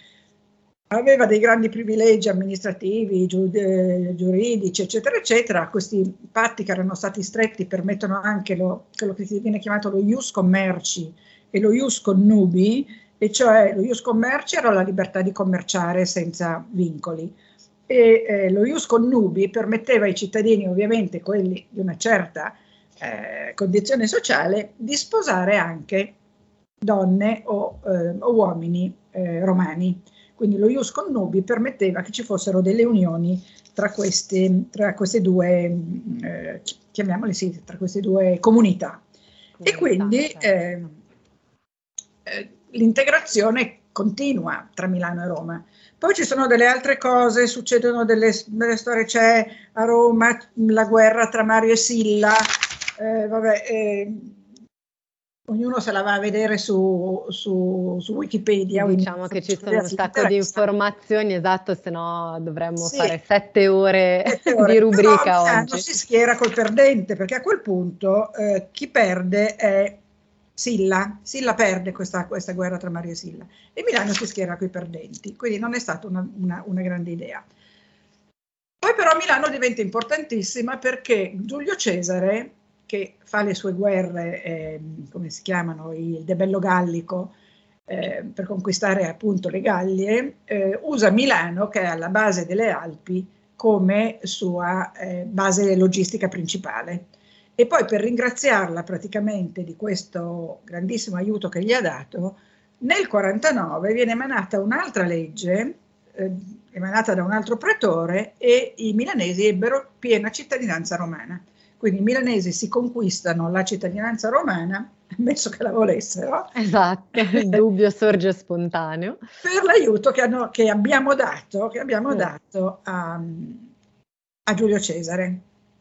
Aveva dei grandi privilegi amministrativi, giuridici, eccetera, eccetera. Questi patti che erano stati stretti permettono anche lo, quello che viene chiamato lo ius commerci e lo ius connubi, e cioè lo ius commerci era la libertà di commerciare senza vincoli, e eh, lo ius connubi permetteva ai cittadini, ovviamente quelli di una certa Eh, condizione sociale, di sposare anche donne o, eh, o uomini eh, romani. Quindi lo ius connubi permetteva che ci fossero delle unioni tra queste, tra queste due, eh, chiamiamole sì, tra queste due comunità. comunità e quindi eh, eh, l'integrazione continua tra Milano e Roma. Poi ci sono delle altre cose, succedono delle, delle storie, c'è a Roma la guerra tra Mario e Silla. Eh, vabbè, eh, ognuno se la va a vedere su, su, su Wikipedia. Diciamo che ci sono un sacco di informazioni, esatto, se no dovremmo sì. fare sette ore, sette ore di rubrica Però oggi. Si schiera col perdente, perché a quel punto eh, chi perde è Silla. Silla perde questa, questa guerra tra Mario e Silla e Milano si schiera coi perdenti, quindi non è stata una, una, una grande idea. Poi però Milano diventa importantissima perché Giulio Cesare, che fa le sue guerre, eh, come si chiamano, il debello gallico, eh, per conquistare appunto le Gallie, eh, usa Milano, che è alla base delle Alpi, come sua eh, base logistica principale. E poi per ringraziarla praticamente di questo grandissimo aiuto che gli ha dato, nel quarantanove viene emanata un'altra legge, eh, emanata da un altro pretore, e i milanesi ebbero piena cittadinanza romana. Quindi i milanesi si conquistano la cittadinanza romana, ammesso che la volessero. Esatto, il dubbio sorge spontaneo. Per l'aiuto che, hanno, che abbiamo dato, che abbiamo Mm. dato a, a Giulio Cesare.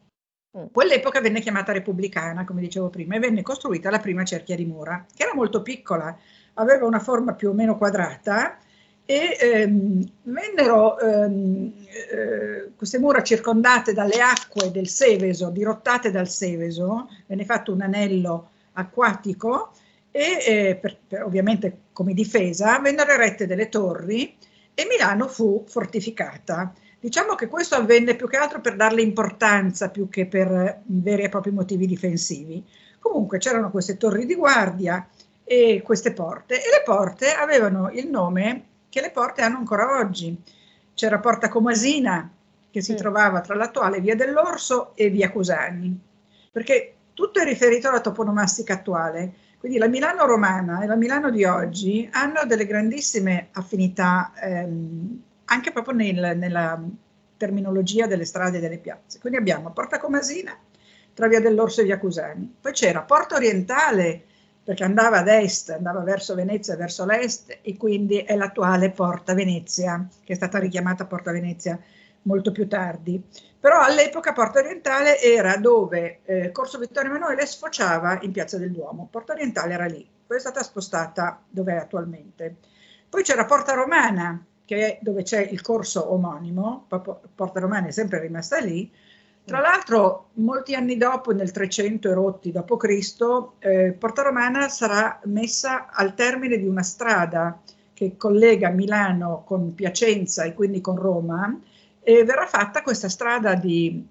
Mm. Quell'epoca venne chiamata repubblicana, come dicevo prima, e venne costruita la prima cerchia di mura, che era molto piccola, aveva una forma più o meno quadrata, e ehm, vennero ehm, eh, queste mura circondate dalle acque del Seveso, dirottate dal Seveso, venne fatto un anello acquatico e eh, per, per, ovviamente come difesa vennero erette delle torri e Milano fu fortificata. Diciamo che questo avvenne più che altro per darle importanza più che per veri e propri motivi difensivi. Comunque c'erano queste torri di guardia e queste porte, e le porte avevano il nome che le porte hanno ancora oggi. C'era Porta Comasina, che si Mm. trovava tra l'attuale Via dell'Orso e Via Cusani, perché tutto è riferito alla toponomastica attuale. Quindi la Milano romana e la Milano di oggi hanno delle grandissime affinità ehm, anche proprio nel, nella terminologia delle strade e delle piazze. Quindi abbiamo Porta Comasina tra Via dell'Orso e Via Cusani. Poi c'era Porta Orientale, perché andava ad est, andava verso Venezia, verso l'est, e quindi è l'attuale Porta Venezia, che è stata richiamata Porta Venezia molto più tardi. Però all'epoca Porta Orientale era dove eh, Corso Vittorio Emanuele sfociava in Piazza del Duomo. Porta Orientale era lì, poi è stata spostata dove è attualmente. Poi c'era Porta Romana, che è dove c'è il corso omonimo. Porta Romana è sempre rimasta lì. Tra l'altro, molti anni dopo, nel trecento e rotti dopo Cristo, eh, Porta Romana sarà messa al termine di una strada che collega Milano con Piacenza e quindi con Roma, e verrà fatta questa strada di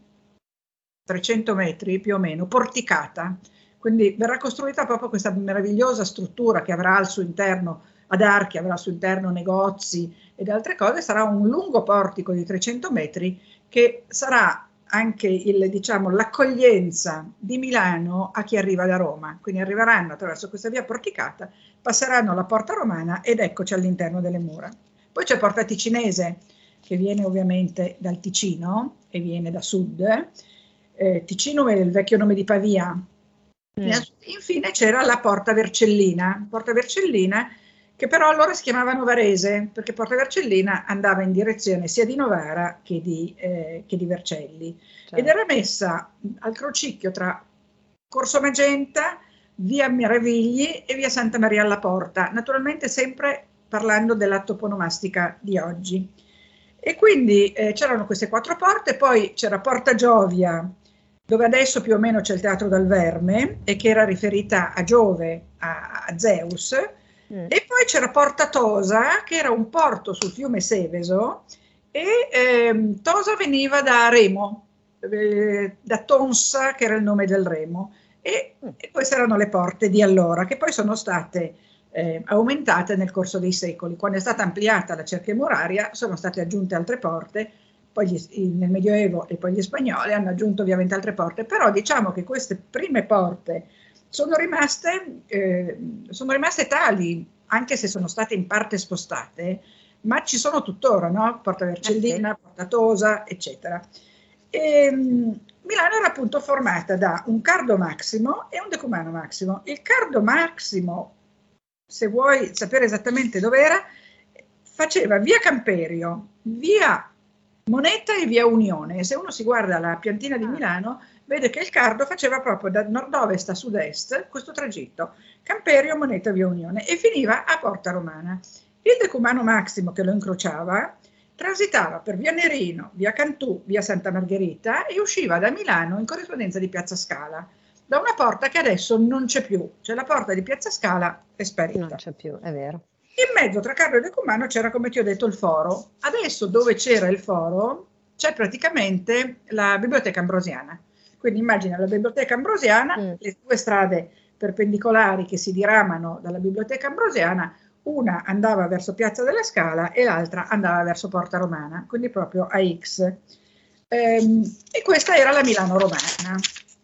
trecento metri più o meno, porticata. Quindi verrà costruita proprio questa meravigliosa struttura che avrà al suo interno ad archi, avrà al suo interno negozi ed altre cose. Sarà un lungo portico di trecento metri che sarà anche il, diciamo, l'accoglienza di Milano a chi arriva da Roma. Quindi arriveranno attraverso questa via porticata, passeranno la Porta Romana ed eccoci all'interno delle mura. Poi c'è Porta Ticinese, che viene ovviamente dal Ticino e viene da sud. Eh, Ticino è il vecchio nome di Pavia. Mm. Infine c'era la Porta Vercellina, Porta Vercellina che però allora si chiamava Varese, perché Porta Vercellina andava in direzione sia di Novara che di, eh, che di Vercelli. Certo. Ed era messa al crocicchio tra Corso Magenta, via Meravigli e via Santa Maria alla Porta, naturalmente sempre parlando della toponomastica di oggi. E quindi eh, c'erano queste quattro porte, poi c'era Porta Giovia, dove adesso più o meno c'è il Teatro dal Verme, e che era riferita a Giove, a, a Zeus. Mm. E poi c'era Porta Tosa, che era un porto sul fiume Seveso, e eh, Tosa veniva da Remo, eh, da Tonsa, che era il nome del Remo, e, mm. e queste erano le porte di allora, che poi sono state eh, aumentate nel corso dei secoli. Quando è stata ampliata la cerchia muraria sono state aggiunte altre porte, poi gli, nel Medioevo e poi gli spagnoli hanno aggiunto ovviamente altre porte, però diciamo che queste prime porte sono rimaste, eh, sono rimaste tali, anche se sono state in parte spostate, ma ci sono tuttora, no? Porta Vercellina, Porta Tosa, eccetera. E, um, Milano era appunto formata da un cardo massimo e un decumano massimo. Il cardo massimo, se vuoi sapere esattamente dov'era, faceva via Camperio, via Moneta e via Unione. Se uno si guarda la piantina di Milano, vede che il cardo faceva proprio da nord-ovest a sud-est questo tragitto, Camperio, Moneta, via Unione, e finiva a Porta Romana. Il decumano massimo che lo incrociava transitava per via Nerino, via Cantù, via Santa Margherita e usciva da Milano in corrispondenza di Piazza Scala, da una porta che adesso non c'è più, cioè la porta di Piazza Scala è sparita. Non c'è più, è vero. In mezzo tra cardo e decumano c'era, come ti ho detto, il foro. Adesso dove c'era il foro c'è praticamente la Biblioteca Ambrosiana. Quindi immagina la Biblioteca Ambrosiana, mm. le due strade perpendicolari che si diramano dalla Biblioteca Ambrosiana, una andava verso Piazza della Scala e l'altra andava verso Porta Romana, quindi proprio a X. Ehm, e questa era la Milano romana.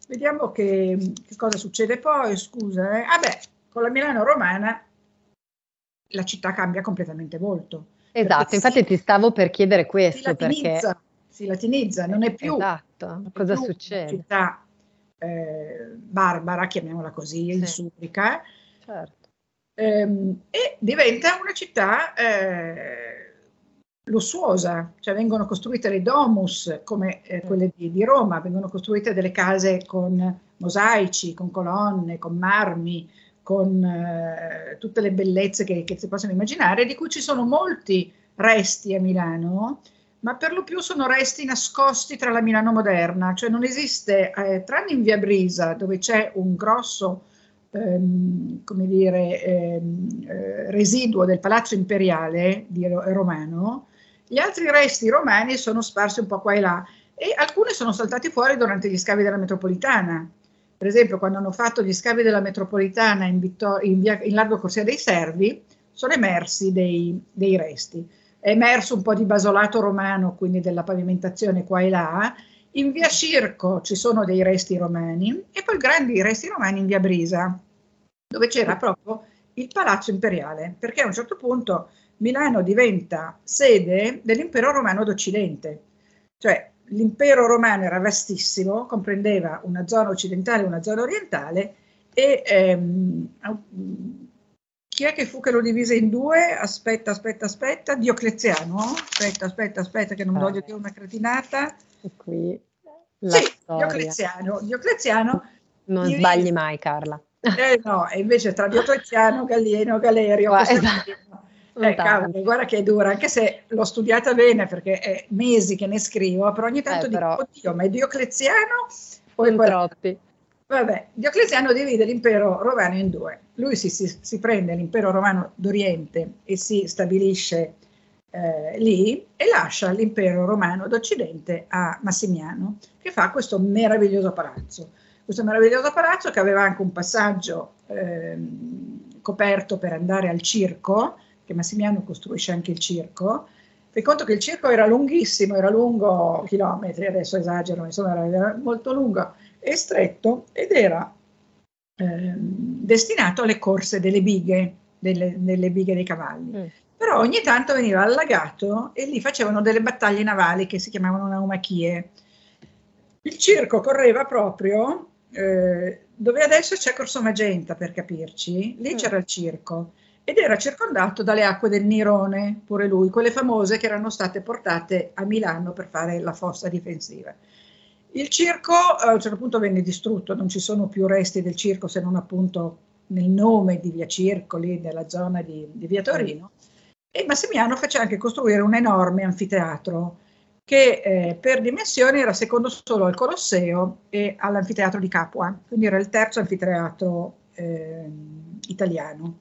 Vediamo che, che cosa succede poi, scusa. Eh. Ah beh, con la Milano romana la città cambia completamente volto. Esatto, infatti si, ti stavo per chiedere si questo, latinizza, perché... si latinizza, non è più, Esatto, non è cosa più succede? una città eh, barbara, chiamiamola così, Sì. insubrica, Certo. ehm, e diventa una città eh, lussuosa, cioè vengono costruite le domus come eh, quelle di, di Roma, vengono costruite delle case con mosaici, con colonne, con marmi, con eh, tutte le bellezze che, che si possono immaginare, di cui ci sono molti resti a Milano, ma per lo più sono resti nascosti tra la Milano moderna, cioè non esiste, eh, tranne in via Brisa, dove c'è un grosso ehm, come dire, ehm, eh, residuo del Palazzo Imperiale di Romano, gli altri resti romani sono sparsi un po' qua e là, e alcuni sono saltati fuori durante gli scavi della metropolitana. Per esempio, quando hanno fatto gli scavi della metropolitana in, Vittor- in, via- in largo Corsia dei Servi, sono emersi dei, dei resti. È emerso un po' di basolato romano, quindi della pavimentazione qua e là. In via Circo ci sono dei resti romani e poi grandi resti romani in via Brisa, dove c'era proprio il Palazzo Imperiale, perché a un certo punto Milano diventa sede dell'Impero Romano d'Occidente. Cioè, l'impero romano era vastissimo, comprendeva una zona occidentale e una zona orientale, e ehm, chi è che fu che lo divise in due? Aspetta, aspetta, aspetta, Diocleziano? Aspetta, aspetta, aspetta, che non mi voglio dire una cretinata. E qui la sì, storia. Diocleziano. Diocleziano non divise... sbagli mai, Carla. Eh no, e invece tra Diocleziano, Gallieno, Galerio... Guarda, esatto. Eh, cavolo, guarda che è dura, anche se l'ho studiata bene perché è mesi che ne scrivo, però ogni tanto eh, dico, però... oddio, ma è Diocleziano o è troppi? Vabbè, Diocleziano divide l'impero romano in due. Lui si, si, si prende l'impero romano d'Oriente e si stabilisce eh, lì, e lascia l'impero romano d'Occidente a Massimiano, che fa questo meraviglioso palazzo. Questo meraviglioso palazzo che aveva anche un passaggio eh, coperto per andare al circo, che Massimiano costruisce anche il circo. Fai conto che il circo era lunghissimo, era lungo chilometri, adesso esagero, insomma era molto lungo e stretto, ed era eh, destinato alle corse delle bighe, delle, delle bighe dei cavalli. Mm. Però ogni tanto veniva allagato e lì facevano delle battaglie navali che si chiamavano naumachie. Il circo correva proprio eh, dove adesso c'è Corso Magenta, per capirci, lì mm. c'era il circo. Ed era circondato dalle acque del Nirone, pure lui, quelle famose che erano state portate a Milano per fare la fossa difensiva. Il circo a un certo punto venne distrutto, non ci sono più resti del circo se non appunto nel nome di via Circoli, nella zona di, di via Torino, e Massimiano fece anche costruire un enorme anfiteatro che eh, per dimensioni era secondo solo al Colosseo e all'anfiteatro di Capua, quindi era il terzo anfiteatro eh, italiano.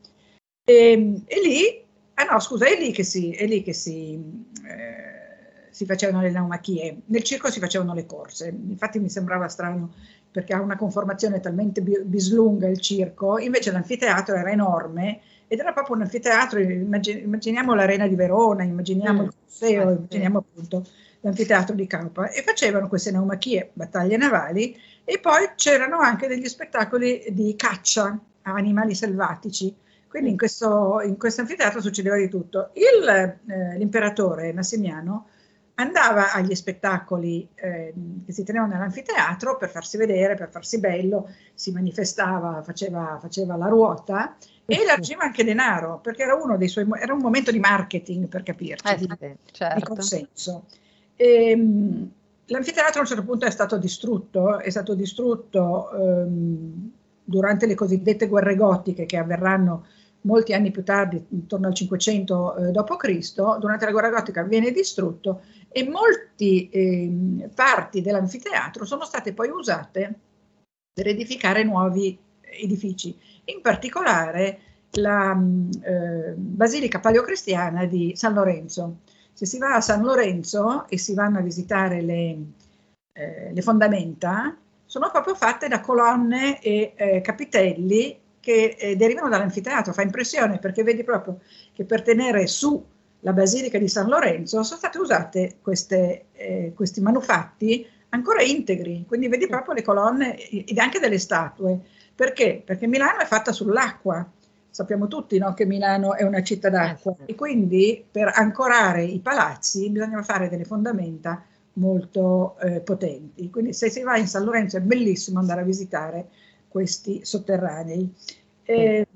E, e lì, ah no scusa, è lì che si, è lì che si, eh, si facevano le naumachie, nel circo si facevano le corse, infatti mi sembrava strano perché ha una conformazione talmente bislunga il circo, invece l'anfiteatro era enorme ed era proprio un anfiteatro, immaginiamo l'Arena di Verona, immaginiamo mm, il Colosseo, immaginiamo appunto l'anfiteatro di Capua, e facevano queste naumachie, battaglie navali, e poi c'erano anche degli spettacoli di caccia a animali selvatici. Quindi in questo, in questo anfiteatro succedeva di tutto. Il, eh, l'imperatore Massimiano andava agli spettacoli eh, che si tenevano nell'anfiteatro per farsi vedere, per farsi bello, si manifestava, faceva, faceva la ruota e elargiva anche denaro, perché era, uno dei suoi, era un momento di marketing, per capirci, eh, di, certo. di consenso. E, mh, l'anfiteatro a un certo punto è stato distrutto, è stato distrutto ehm, durante le cosiddette guerre gotiche che avverranno molti anni più tardi, intorno al cinquecento eh, dopo Cristo. Durante la guerra gotica viene distrutto e molte eh, parti dell'anfiteatro sono state poi usate per edificare nuovi edifici, in particolare la eh, Basilica Paleocristiana di San Lorenzo. Se si va a San Lorenzo e si vanno a visitare le, eh, le fondamenta, sono proprio fatte da colonne e eh, capitelli che eh, derivano dall'anfiteatro. Fa impressione perché vedi proprio che per tenere su la Basilica di San Lorenzo sono state usate queste, eh, questi manufatti ancora integri, quindi vedi proprio le colonne ed anche delle statue. Perché? Perché Milano è fatta sull'acqua. Sappiamo tutti, no, che Milano è una città d'acqua e quindi per ancorare i palazzi bisognava fare delle fondamenta molto eh, potenti. Quindi se si va in San Lorenzo è bellissimo andare a visitare questi sotterranei. E,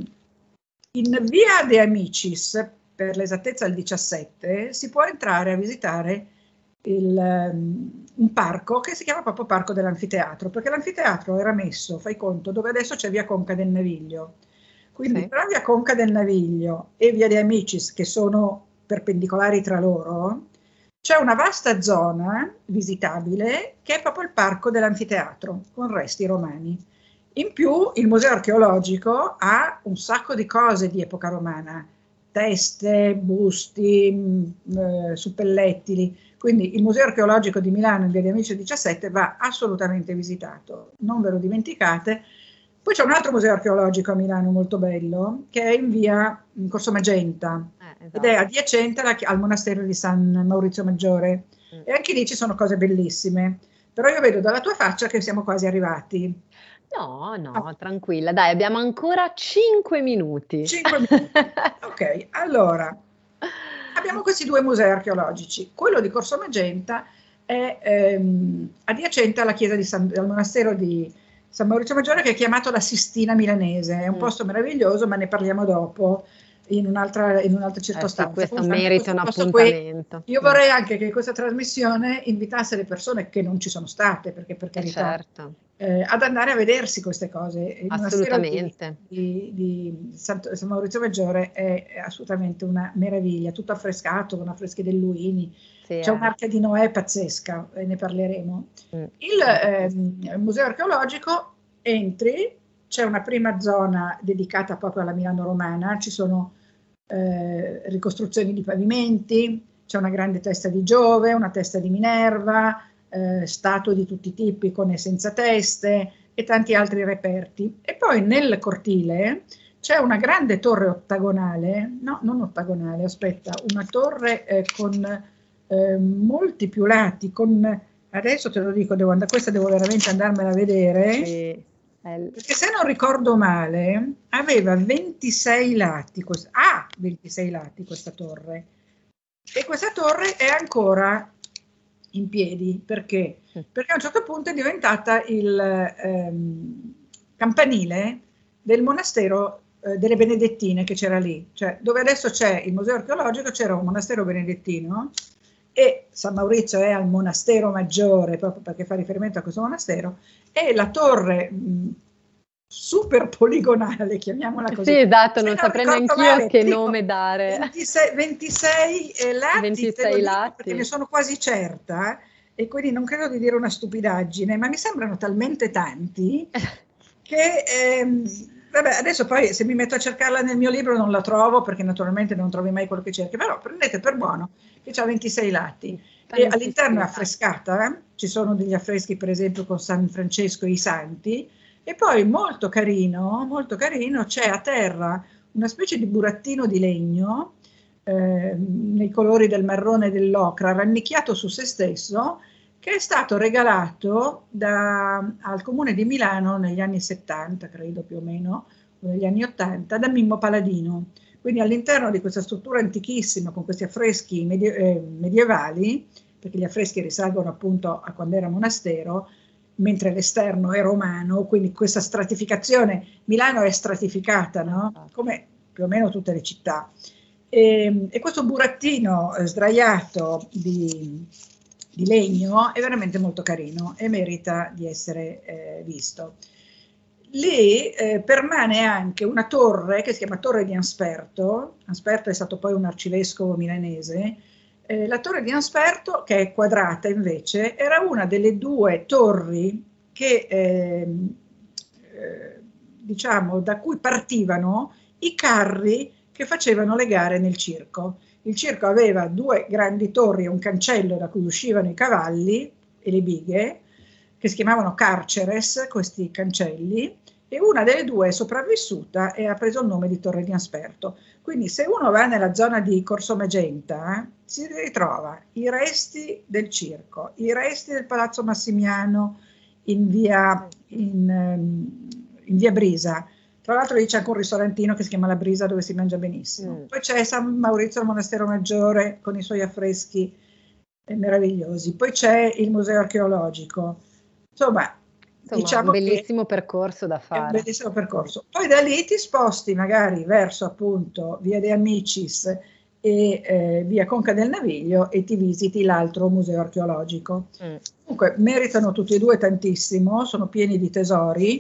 in Via De Amicis, per l'esattezza il diciassette, si può entrare a visitare il, um, un parco che si chiama proprio Parco dell'Anfiteatro, perché l'anfiteatro era messo, fai conto, dove adesso c'è Via Conca del Naviglio. Quindi sì. Tra Via Conca del Naviglio e Via De Amicis, che sono perpendicolari tra loro, c'è una vasta zona visitabile che è proprio il Parco dell'Anfiteatro, con resti romani. In più il Museo Archeologico ha un sacco di cose di epoca romana, teste, busti, mh, suppellettili. Quindi il Museo Archeologico di Milano in Via De Amicis diciassette va assolutamente visitato, non ve lo dimenticate. Poi c'è un altro museo archeologico a Milano molto bello, che è in via in Corso Magenta, eh, esatto. Ed è adiacente alla, al monastero di San Maurizio Maggiore. Mm. E anche lì ci sono cose bellissime. Però io vedo dalla tua faccia che siamo quasi arrivati. No, no, oh. Tranquilla. Dai, abbiamo ancora cinque minuti. cinque minuti. Ok, allora, abbiamo questi due musei archeologici. Quello di Corso Magenta è ehm, adiacente alla chiesa di San, al monastero di San Maurizio Maggiore, che è chiamato la Sistina Milanese. È un mm. posto meraviglioso, ma ne parliamo dopo in un'altra, in un'altra circostanza. Eh sì, questo merita un appuntamento. Qui, io vorrei anche che questa trasmissione invitasse le persone che non ci sono state, perché per carità, certo. eh, ad andare a vedersi queste cose. Il assolutamente. Di, di, di San, San Maurizio Maggiore è, è assolutamente una meraviglia, tutto affrescato con affreschi del Luini. Sì, c'è eh. un'arca di Noè pazzesca, e ne parleremo. Mm. Il, ehm, il museo archeologico, entri, c'è una prima zona dedicata proprio alla Milano romana, ci sono eh, ricostruzioni di pavimenti, c'è una grande testa di Giove, una testa di Minerva, eh, statue di tutti i tipi con e senza teste e tanti altri reperti. E poi nel cortile c'è una grande torre ottagonale, no, non ottagonale, aspetta, una torre eh, con eh, molti più lati, con, adesso te lo dico, devo andare, questa devo veramente andarmela a vedere. Sì. Perché se non ricordo male aveva ventisei lati, ah, ventisei lati questa torre, e questa torre è ancora in piedi. Perché? Perché a un certo punto è diventata il ehm, campanile del monastero eh, delle Benedettine che c'era lì, cioè dove adesso c'è il museo archeologico, c'era un monastero benedettino e San Maurizio è al monastero maggiore proprio perché fa riferimento a questo monastero, e la torre mh, super poligonale, chiamiamola così. Sì, esatto, non saprei neanche io che nome dare. ventisei, ventisei eh, lati, ventisei lati. Perché ne sono quasi certa, eh, e quindi non credo di dire una stupidaggine, ma mi sembrano talmente tanti che... Ehm, vabbè, adesso poi se mi metto a cercarla nel mio libro non la trovo, perché naturalmente non trovi mai quello che cerchi, però prendete per buono che c'ha ventisei lati. E all'interno è affrescata, eh? Ci sono degli affreschi per esempio con San Francesco e i Santi, e poi molto carino, molto carino, c'è a terra una specie di burattino di legno eh, nei colori del marrone e dell'ocra, rannicchiato su se stesso, che è stato regalato da, al Comune di Milano negli anni settanta, credo più o meno, o negli anni ottanta, da Mimmo Paladino. Quindi all'interno di questa struttura antichissima, con questi affreschi medie, eh, medievali, perché gli affreschi risalgono appunto a quando era monastero, mentre l'esterno è romano, quindi questa stratificazione, Milano è stratificata, no? Come più o meno tutte le città. E, e questo burattino eh, sdraiato di... di legno è veramente molto carino e merita di essere eh, visto. Lì eh, permane anche una torre che si chiama Torre di Ansperto. Ansperto è stato poi un arcivescovo milanese. Eh, la Torre di Ansperto, che è quadrata invece, era una delle due torri che, eh, eh, diciamo, da cui partivano i carri che facevano le gare nel circo. Il circo aveva due grandi torri e un cancello da cui uscivano i cavalli e le bighe, che si chiamavano carceres, questi cancelli, e una delle due è sopravvissuta e ha preso il nome di Torre di Ansperto. Quindi se uno va nella zona di Corso Magenta, si ritrova i resti del circo, i resti del Palazzo Massimiano in via, in, in via Brisa. Tra l'altro lì c'è anche un ristorantino che si chiama La Brisa dove si mangia benissimo. Mm. Poi c'è San Maurizio al Monastero Maggiore con i suoi affreschi meravigliosi. Poi c'è il Museo Archeologico. Insomma, Insomma, diciamo un bellissimo percorso da fare. È un bellissimo percorso. Poi da lì ti sposti magari verso appunto via De Amicis e eh, via Conca del Naviglio e ti visiti l'altro museo archeologico. Mm. Comunque meritano tutti e due tantissimo, sono pieni di tesori.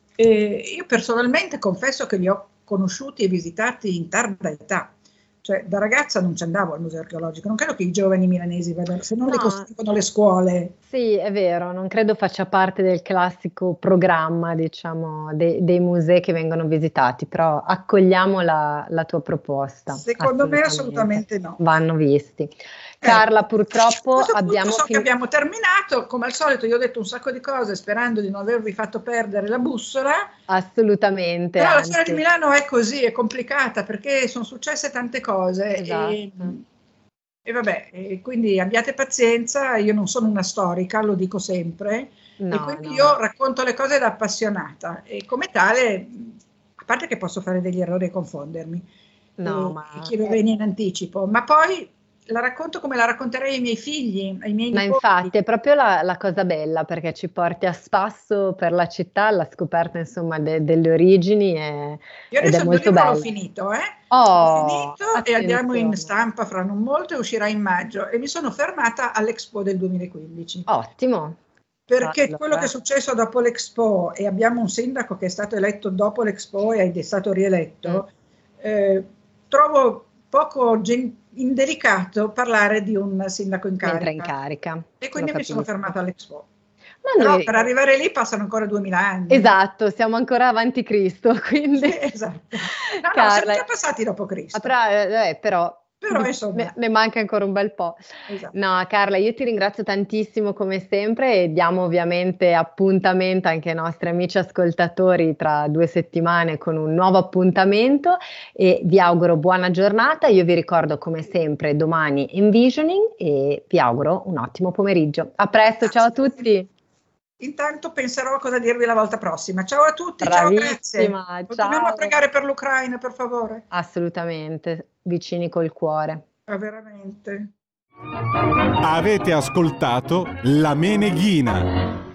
E io personalmente confesso che li ho conosciuti e visitati in tarda età. Cioè, da ragazza non ci andavo al museo archeologico, non credo che i giovani milanesi vadano, se non No. li costruiscono le scuole. Sì, è vero, non credo faccia parte del classico programma, diciamo, dei, dei musei che vengono visitati, però accogliamo la, la tua proposta. Secondo me assolutamente no. Vanno visti. Carla, purtroppo A questo punto abbiamo so fin- che abbiamo terminato, come al solito io ho detto un sacco di cose sperando di non avervi fatto perdere la bussola. Assolutamente. Però la anzi. storia di Milano è così, è complicata perché sono successe tante cose. Esatto. E, e vabbè, e quindi abbiate pazienza, io non sono una storica, lo dico sempre, No, e quindi no. io racconto le cose da appassionata e come tale, a parte che posso fare degli errori e confondermi, No, e, ma- e chiedo bene in anticipo, ma poi la racconto come la racconterei ai miei figli, ai miei Ma nipoti. infatti è proprio la, la cosa bella perché ci porti a spasso per la città, alla scoperta insomma de- delle origini e, Io ed adesso è il mio molto libro bello. l'ho finito, eh? Oh, L'ho finito e andiamo in attenzione. stampa fra non molto e uscirà in maggio e mi sono fermata all'Expo del duemilaquindici. Ottimo. Perché Allora. quello che è successo dopo l'Expo, e abbiamo un sindaco che è stato eletto dopo l'Expo e è stato rieletto, eh, trovo poco gen- indelicato parlare di un sindaco in Mentre carica. in carica. E quindi Lo mi sono capisco. fermata all'Expo. Ma Però noi- per arrivare lì passano ancora duemila anni. Esatto, siamo ancora avanti Cristo, quindi... Sì, esatto. No, no, Carla- siamo già passati dopo Cristo. Ah, però, eh, però, Però, insomma. ne, ne manca ancora un bel po'. Esatto. No, Carla, io ti ringrazio tantissimo come sempre e diamo ovviamente appuntamento anche ai nostri amici ascoltatori tra due settimane con un nuovo appuntamento e vi auguro buona giornata. Io vi ricordo come sempre domani Envisioning e vi auguro un ottimo pomeriggio. A presto, ciao a tutti. Intanto penserò a cosa dirvi la volta prossima. Ciao a tutti, ciao, grazie. Bravissima, Continuiamo ciao. a pregare per l'Ucraina, per favore. Assolutamente, vicini col cuore. Ah, veramente. Avete ascoltato La Meneghina.